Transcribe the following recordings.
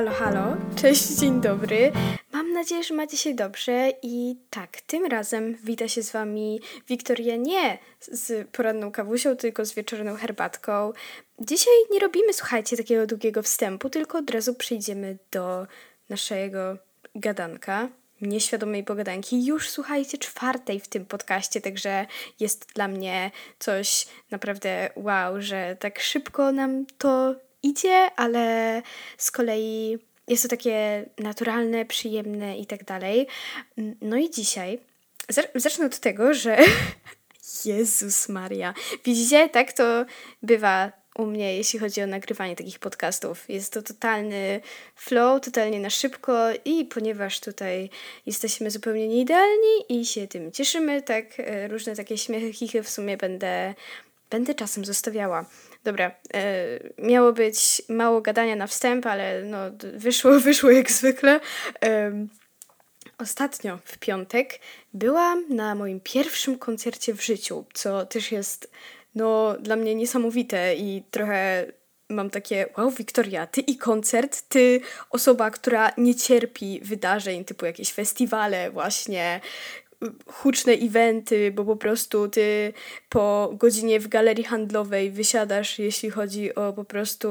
Halo, halo, cześć, dzień dobry. Mam nadzieję, że macie się dobrze i tak, tym razem wita się z wami Wiktoria nie z poranną kawusią, tylko z wieczorną herbatką. Dzisiaj nie robimy, słuchajcie, takiego długiego wstępu, tylko od razu przejdziemy do naszego gadanka, nieświadomej pogadanki. Już słuchajcie, 4. w tym podcaście, także jest dla mnie coś naprawdę wow, że tak szybko nam to idzie, ale z kolei jest to takie naturalne, przyjemne i tak dalej. No i dzisiaj zacznę od tego, że Jezus Maria. Widzicie, tak to bywa u mnie, jeśli chodzi o nagrywanie takich podcastów. Jest to totalny flow, totalnie na szybko i ponieważ tutaj jesteśmy zupełnie nieidealni i się tym cieszymy, tak różne takie śmiechy, chichy w sumie będę czasem zostawiała. Dobra, miało być mało gadania na wstęp, ale no wyszło jak zwykle. Ostatnio w piątek byłam na moim pierwszym koncercie w życiu, co też jest no dla mnie niesamowite i trochę mam takie, wow, Wiktoria, ty i koncert, ty osoba, która nie cierpi wydarzeń typu jakieś festiwale właśnie, huczne eventy, bo po prostu ty po godzinie w galerii handlowej wysiadasz, jeśli chodzi o po prostu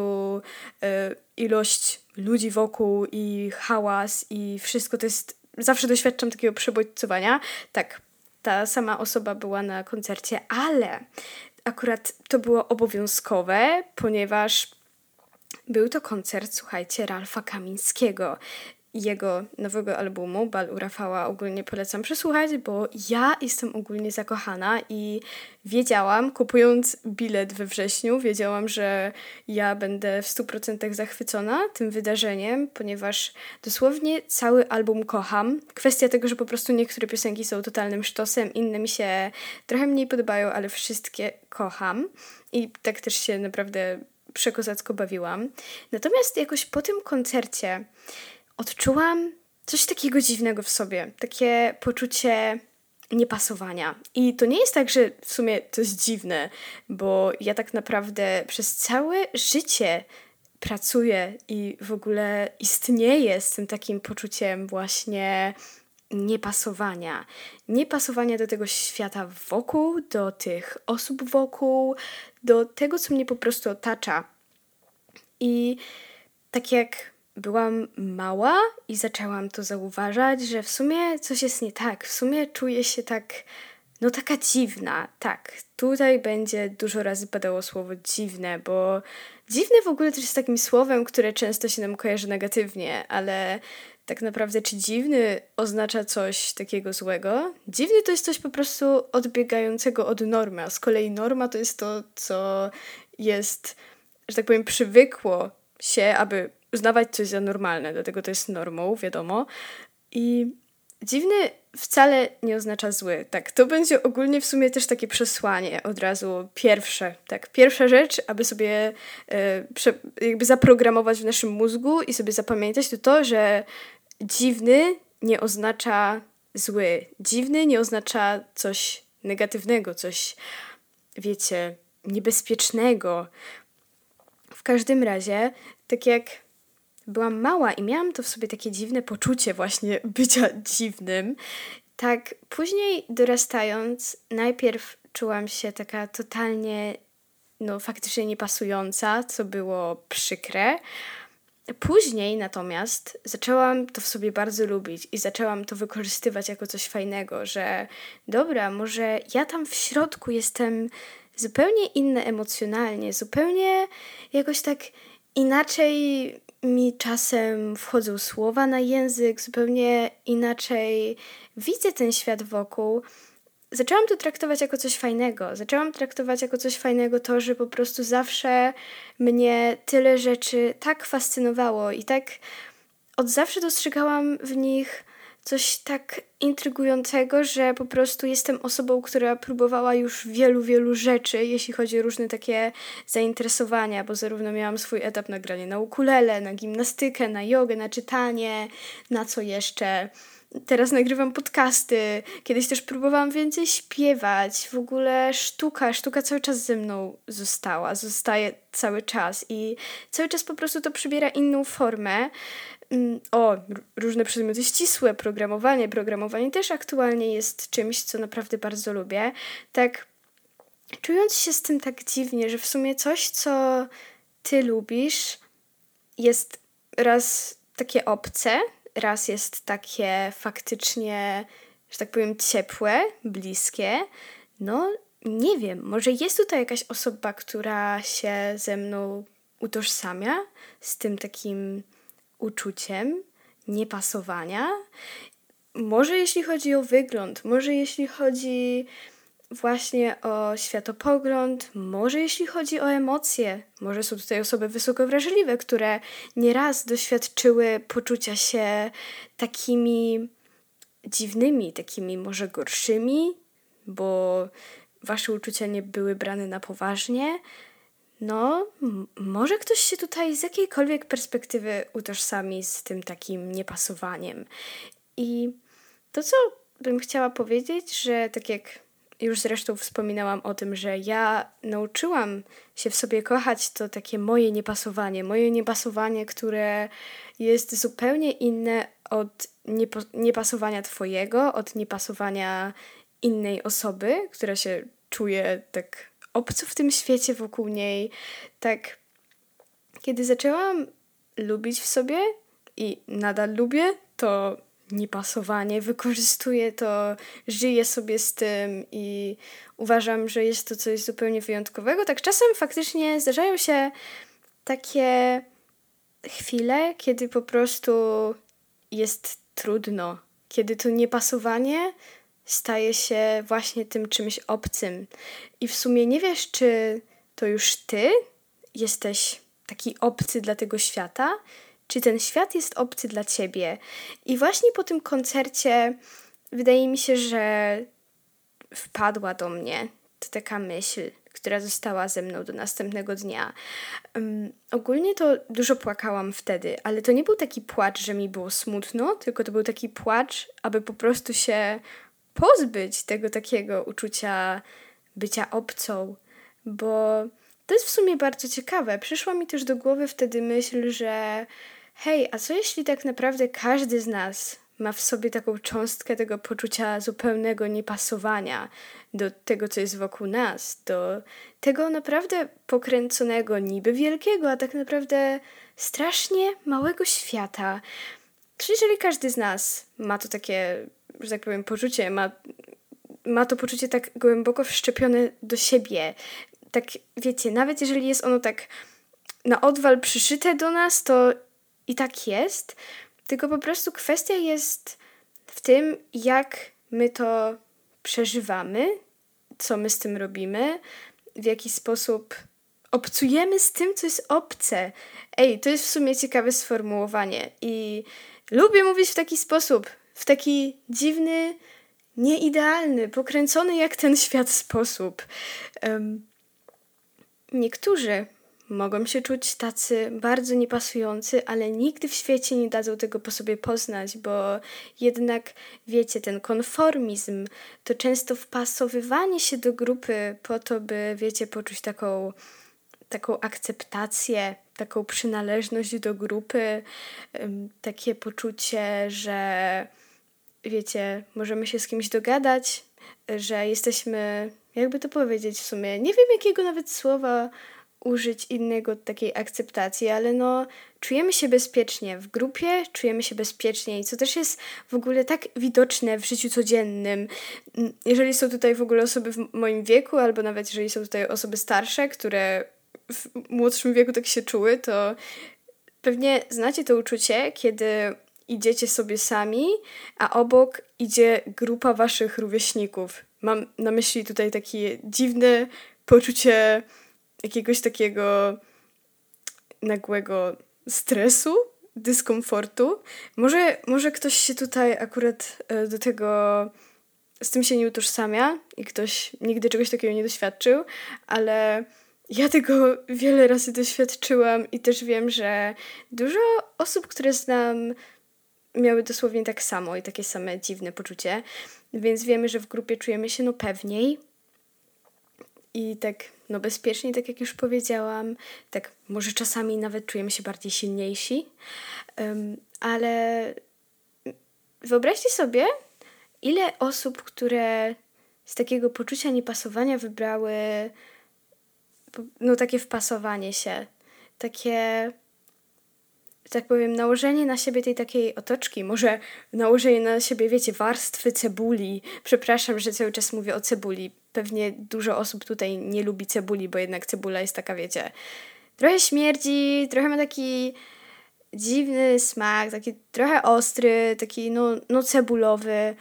ilość ludzi wokół i hałas i wszystko to jest, zawsze doświadczam takiego przebodźcowania. Tak, ta sama osoba była na koncercie, ale akurat to było obowiązkowe, ponieważ był to koncert, słuchajcie, Ralfa Kamińskiego. Jego nowego albumu, Bal u Rafała, ogólnie polecam przesłuchać, bo ja jestem ogólnie zakochana i wiedziałam, kupując bilet we wrześniu, wiedziałam, że ja będę w 100% zachwycona tym wydarzeniem, ponieważ dosłownie cały album kocham. Kwestia tego, że po prostu niektóre piosenki są totalnym sztosem, inne mi się trochę mniej podobają, ale wszystkie kocham i tak też się naprawdę przekozacko bawiłam. Natomiast jakoś po tym koncercie odczułam coś takiego dziwnego w sobie, takie poczucie niepasowania. I to nie jest tak, że w sumie to jest dziwne, bo ja tak naprawdę przez całe życie pracuję i w ogóle istnieję z tym takim poczuciem właśnie niepasowania. Niepasowania do tego świata wokół, do tych osób wokół, do tego, co mnie po prostu otacza. I tak jak byłam mała i zaczęłam to zauważać, że w sumie coś jest nie tak. W sumie czuję się tak, no taka dziwna. Tak, tutaj będzie dużo razy padało słowo dziwne, bo dziwne w ogóle też jest takim słowem, które często się nam kojarzy negatywnie, ale tak naprawdę czy dziwny oznacza coś takiego złego? Dziwny to jest coś po prostu odbiegającego od normy, a z kolei norma to jest to, co jest, że tak powiem, przywykło się, aby uznawać coś za normalne, dlatego to jest normą, wiadomo. I dziwny wcale nie oznacza zły. Tak, to będzie ogólnie w sumie też takie przesłanie od razu pierwsze. Tak, pierwsza rzecz, aby sobie jakby zaprogramować w naszym mózgu i sobie zapamiętać to, że dziwny nie oznacza zły. Dziwny nie oznacza coś negatywnego, coś, wiecie, niebezpiecznego. W każdym razie, tak jak byłam mała i miałam to w sobie takie dziwne poczucie właśnie bycia dziwnym, tak później dorastając, najpierw czułam się taka totalnie, no faktycznie niepasująca, co było przykre. Później natomiast zaczęłam to w sobie bardzo lubić i zaczęłam to wykorzystywać jako coś fajnego, że dobra, może ja tam w środku jestem zupełnie inna emocjonalnie, zupełnie jakoś tak inaczej mi czasem wchodzą słowa na język, zupełnie inaczej widzę ten świat wokół. Zaczęłam to traktować jako coś fajnego. Zaczęłam traktować jako coś fajnego to, że po prostu zawsze mnie tyle rzeczy tak fascynowało i tak od zawsze dostrzegałam w nich coś tak intrygującego, że po prostu jestem osobą, która próbowała już wielu rzeczy, jeśli chodzi o różne takie zainteresowania, bo zarówno miałam swój etap na granie na ukulele, na gimnastykę, na jogę, na czytanie, na co jeszcze. Teraz nagrywam podcasty, kiedyś też próbowałam więcej śpiewać. W ogóle sztuka cały czas ze mną zostaje cały czas i cały czas po prostu to przybiera inną formę. Różne przedmioty ścisłe, programowanie też aktualnie jest czymś, co naprawdę bardzo lubię. Tak, czując się z tym tak dziwnie, że w sumie coś, co ty lubisz, jest raz takie obce, raz jest takie faktycznie, że tak powiem, ciepłe, bliskie. No, nie wiem, może jest tutaj jakaś osoba, która się ze mną utożsamia z tym takim uczuciem niepasowania. Może jeśli chodzi o wygląd, może jeśli chodzi właśnie o światopogląd, może jeśli chodzi o emocje, może są tutaj osoby wysoko wrażliwe, które nieraz doświadczyły poczucia się takimi dziwnymi, takimi może gorszymi, bo wasze uczucia nie były brane na poważnie. No, może ktoś się tutaj z jakiejkolwiek perspektywy utożsami z tym takim niepasowaniem. I to, co bym chciała powiedzieć, że tak jak już zresztą wspominałam o tym, że ja nauczyłam się w sobie kochać to takie moje niepasowanie, które jest zupełnie inne od niepasowania twojego, od niepasowania innej osoby, która się czuje tak obco w tym świecie wokół niej. Tak, kiedy zaczęłam lubić w sobie i nadal lubię, to niepasowanie, wykorzystuję to, żyję sobie z tym i uważam, że jest to coś zupełnie wyjątkowego. Tak czasem faktycznie zdarzają się takie chwile, kiedy po prostu jest trudno, kiedy to niepasowanie staje się właśnie tym czymś obcym. I w sumie nie wiesz, czy to już ty jesteś taki obcy dla tego świata, czy ten świat jest obcy dla ciebie. I właśnie po tym koncercie wydaje mi się, że wpadła do mnie to taka myśl, która została ze mną do następnego dnia. Ogólnie to dużo płakałam wtedy, ale to nie był taki płacz, że mi było smutno, tylko to był taki płacz, aby po prostu się pozbyć tego takiego uczucia bycia obcą, bo to jest w sumie bardzo ciekawe. Przyszła mi też do głowy wtedy myśl, że hej, a co jeśli tak naprawdę każdy z nas ma w sobie taką cząstkę tego poczucia zupełnego niepasowania do tego, co jest wokół nas, do tego naprawdę pokręconego, niby wielkiego, a tak naprawdę strasznie małego świata. Czy jeżeli każdy z nas ma to takie, że tak powiem, poczucie, ma to poczucie tak głęboko wszczepione do siebie, tak wiecie, nawet jeżeli jest ono tak na odwal przyszyte do nas, to i tak jest, tylko po prostu kwestia jest w tym, jak my to przeżywamy, co my z tym robimy, w jaki sposób obcujemy z tym, co jest obce. To jest w sumie ciekawe sformułowanie i lubię mówić w taki sposób, w taki dziwny, nieidealny, pokręcony jak ten świat sposób. Niektórzy mogą się czuć tacy bardzo niepasujący, ale nigdy w świecie nie dadzą tego po sobie poznać, bo jednak, wiecie, ten konformizm to często wpasowywanie się do grupy po to, by, wiecie, poczuć taką akceptację, taką przynależność do grupy, takie poczucie, że, wiecie, możemy się z kimś dogadać, że jesteśmy, jakby to powiedzieć w sumie, nie wiem jakiego nawet słowa użyć innego takiej akceptacji, ale no czujemy się bezpiecznie w grupie, czujemy się bezpiecznie i co też jest w ogóle tak widoczne w życiu codziennym. Jeżeli są tutaj w ogóle osoby w moim wieku, albo nawet jeżeli są tutaj osoby starsze, które w młodszym wieku tak się czuły, to pewnie znacie to uczucie, kiedy idziecie sobie sami, a obok idzie grupa waszych rówieśników. Mam na myśli tutaj takie dziwne poczucie jakiegoś takiego nagłego stresu, dyskomfortu. Może ktoś się tutaj akurat do tego, z tym się nie utożsamia i ktoś nigdy czegoś takiego nie doświadczył, ale ja tego wiele razy doświadczyłam i też wiem, że dużo osób, które znam, miały dosłownie tak samo i takie same dziwne poczucie, więc wiemy, że w grupie czujemy się pewniej i tak bezpieczniej, tak jak już powiedziałam, tak może czasami nawet czujemy się bardziej silniejsi, ale wyobraźcie sobie, ile osób, które z takiego poczucia niepasowania wybrały takie wpasowanie się, takie, tak powiem, nałożenie na siebie tej takiej otoczki, może nałożenie na siebie, wiecie, warstwy cebuli. Przepraszam, że cały czas mówię o cebuli. Pewnie dużo osób tutaj nie lubi cebuli, bo jednak cebula jest taka, wiecie, trochę śmierdzi, trochę ma taki dziwny smak, taki trochę ostry, taki cebulowy,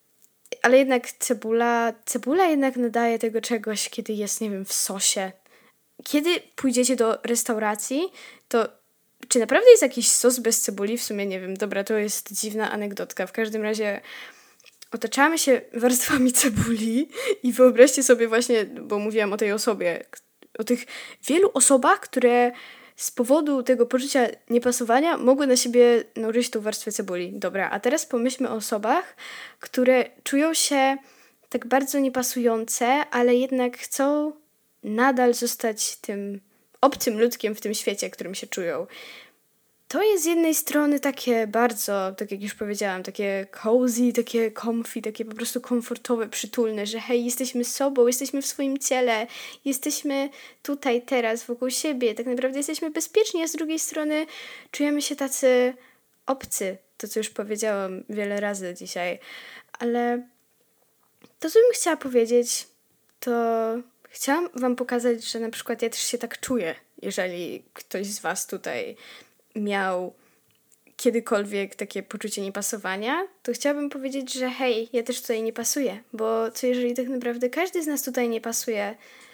ale jednak cebula jednak nadaje tego czegoś, kiedy jest, nie wiem, w sosie. Kiedy pójdziecie do restauracji, to czy naprawdę jest jakiś sos bez cebuli? W sumie nie wiem, dobra, to jest dziwna anegdotka. W każdym razie otaczamy się warstwami cebuli i wyobraźcie sobie właśnie, bo mówiłam o tej osobie, o tych wielu osobach, które z powodu tego poczucia niepasowania mogły na siebie nałożyć tą warstwę cebuli. Dobra, a teraz pomyślmy o osobach, które czują się tak bardzo niepasujące, ale jednak chcą nadal zostać tym obcym ludkiem w tym świecie, którym się czują. To jest z jednej strony takie bardzo, tak jak już powiedziałam, takie cozy, takie comfy, takie po prostu komfortowe, przytulne, że hej, jesteśmy sobą, jesteśmy w swoim ciele, jesteśmy tutaj, teraz, wokół siebie, tak naprawdę jesteśmy bezpieczni, a z drugiej strony czujemy się tacy obcy, to co już powiedziałam wiele razy dzisiaj, ale to, co bym chciała powiedzieć, to chciałam wam pokazać, że na przykład ja też się tak czuję, jeżeli ktoś z was tutaj miał kiedykolwiek takie poczucie niepasowania, to chciałabym powiedzieć, że hej, ja też tutaj nie pasuję, bo co jeżeli tak naprawdę każdy z nas tutaj nie pasuje?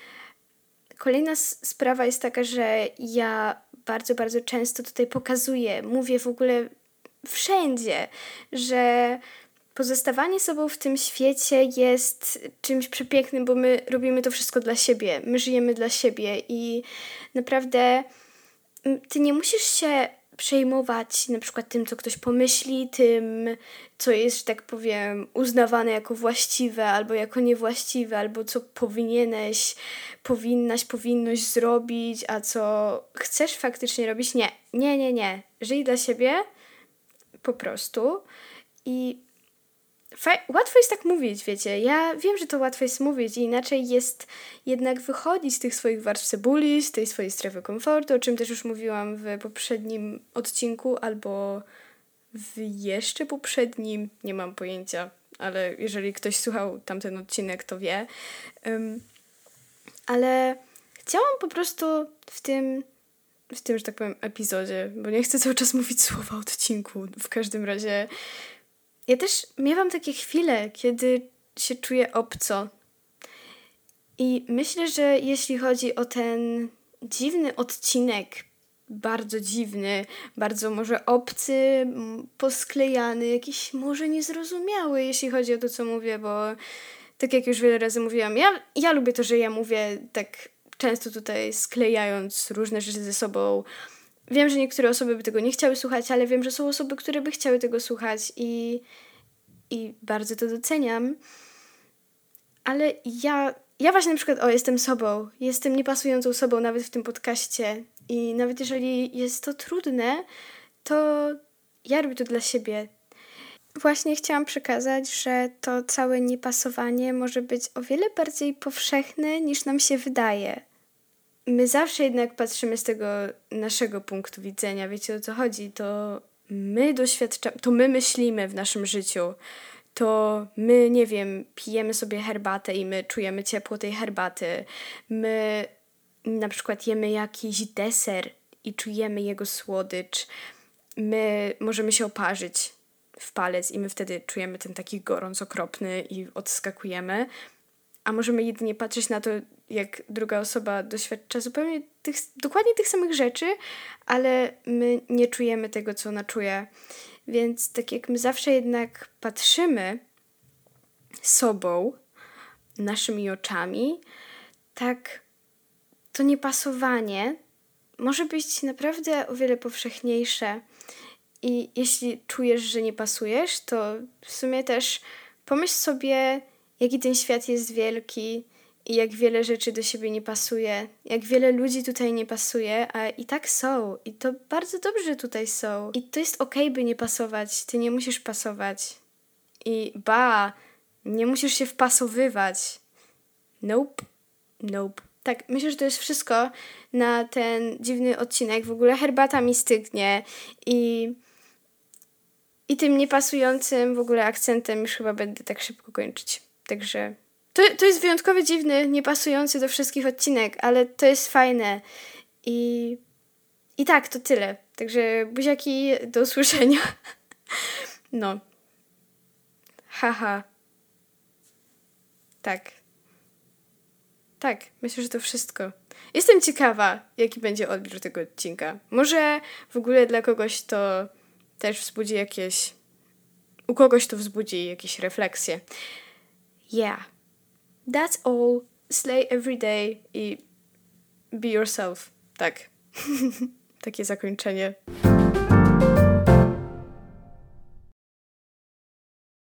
Kolejna sprawa jest taka, że ja bardzo, bardzo często tutaj pokazuję, mówię w ogóle wszędzie, że pozostawanie sobą w tym świecie jest czymś przepięknym, bo my robimy to wszystko dla siebie, my żyjemy dla siebie i naprawdę ty nie musisz się przejmować na przykład tym, co ktoś pomyśli, tym, co jest, że tak powiem, uznawane jako właściwe albo jako niewłaściwe, albo co powinnoś zrobić, a co chcesz faktycznie robić. Nie. Żyj dla siebie po prostu i łatwo jest tak mówić, wiecie. Ja wiem, że to łatwo jest mówić i inaczej jest jednak wychodzić z tych swoich warstw cebuli, z tej swojej strefy komfortu, o czym też już mówiłam w poprzednim odcinku albo w jeszcze poprzednim, nie mam pojęcia, ale jeżeli ktoś słuchał tamten odcinek, to wie. Ale chciałam po prostu w tym, że tak powiem, epizodzie, bo nie chcę cały czas mówić słowa odcinku, w każdym razie ja też miewam takie chwile, kiedy się czuję obco. I myślę, że jeśli chodzi o ten dziwny odcinek, bardzo dziwny, bardzo może obcy, posklejany, jakiś może niezrozumiały, jeśli chodzi o to, co mówię, bo tak jak już wiele razy mówiłam, ja lubię to, że ja mówię tak często tutaj sklejając różne rzeczy ze sobą. Wiem, że niektóre osoby by tego nie chciały słuchać, ale wiem, że są osoby, które by chciały tego słuchać i bardzo to doceniam. Ale ja właśnie na przykład, jestem sobą. Jestem niepasującą sobą nawet w tym podcaście. I nawet jeżeli jest to trudne, to ja robię to dla siebie. Właśnie chciałam przekazać, że to całe niepasowanie może być o wiele bardziej powszechne niż nam się wydaje. My zawsze jednak patrzymy z tego naszego punktu widzenia. Wiecie, o co chodzi? To my myślimy w naszym życiu. To my, nie wiem, pijemy sobie herbatę i my czujemy ciepło tej herbaty. My na przykład jemy jakiś deser i czujemy jego słodycz. My możemy się oparzyć w palec i my wtedy czujemy ten taki gorąc okropny i odskakujemy. A możemy jedynie patrzeć na to, jak druga osoba doświadcza zupełnie dokładnie tych samych rzeczy, ale my nie czujemy tego, co ona czuje. Więc tak jak my zawsze jednak patrzymy sobą, naszymi oczami, tak to niepasowanie może być naprawdę o wiele powszechniejsze I jeśli czujesz, że nie pasujesz, to w sumie też pomyśl sobie, jaki ten świat jest wielki i jak wiele rzeczy do siebie nie pasuje, jak wiele ludzi tutaj nie pasuje, a i tak są. I to bardzo dobrze tutaj są. I to jest okej, by nie pasować. Ty nie musisz pasować. I nie musisz się wpasowywać. Nope. Tak, myślę, że to jest wszystko na ten dziwny odcinek. W ogóle herbata mi stygnie i tym niepasującym w ogóle akcentem już chyba będę tak szybko kończyć. Także to jest wyjątkowo dziwny, niepasujący do wszystkich odcinek, ale to jest fajne. I tak, to tyle. Także buziaki, do usłyszenia. No. Haha. Tak, myślę, że to wszystko. Jestem ciekawa, jaki będzie odbiór tego odcinka. Może w ogóle dla kogoś to też wzbudzi u kogoś to wzbudzi jakieś refleksje. Yeah. That's all. Slay every day i be yourself. Tak. Takie zakończenie.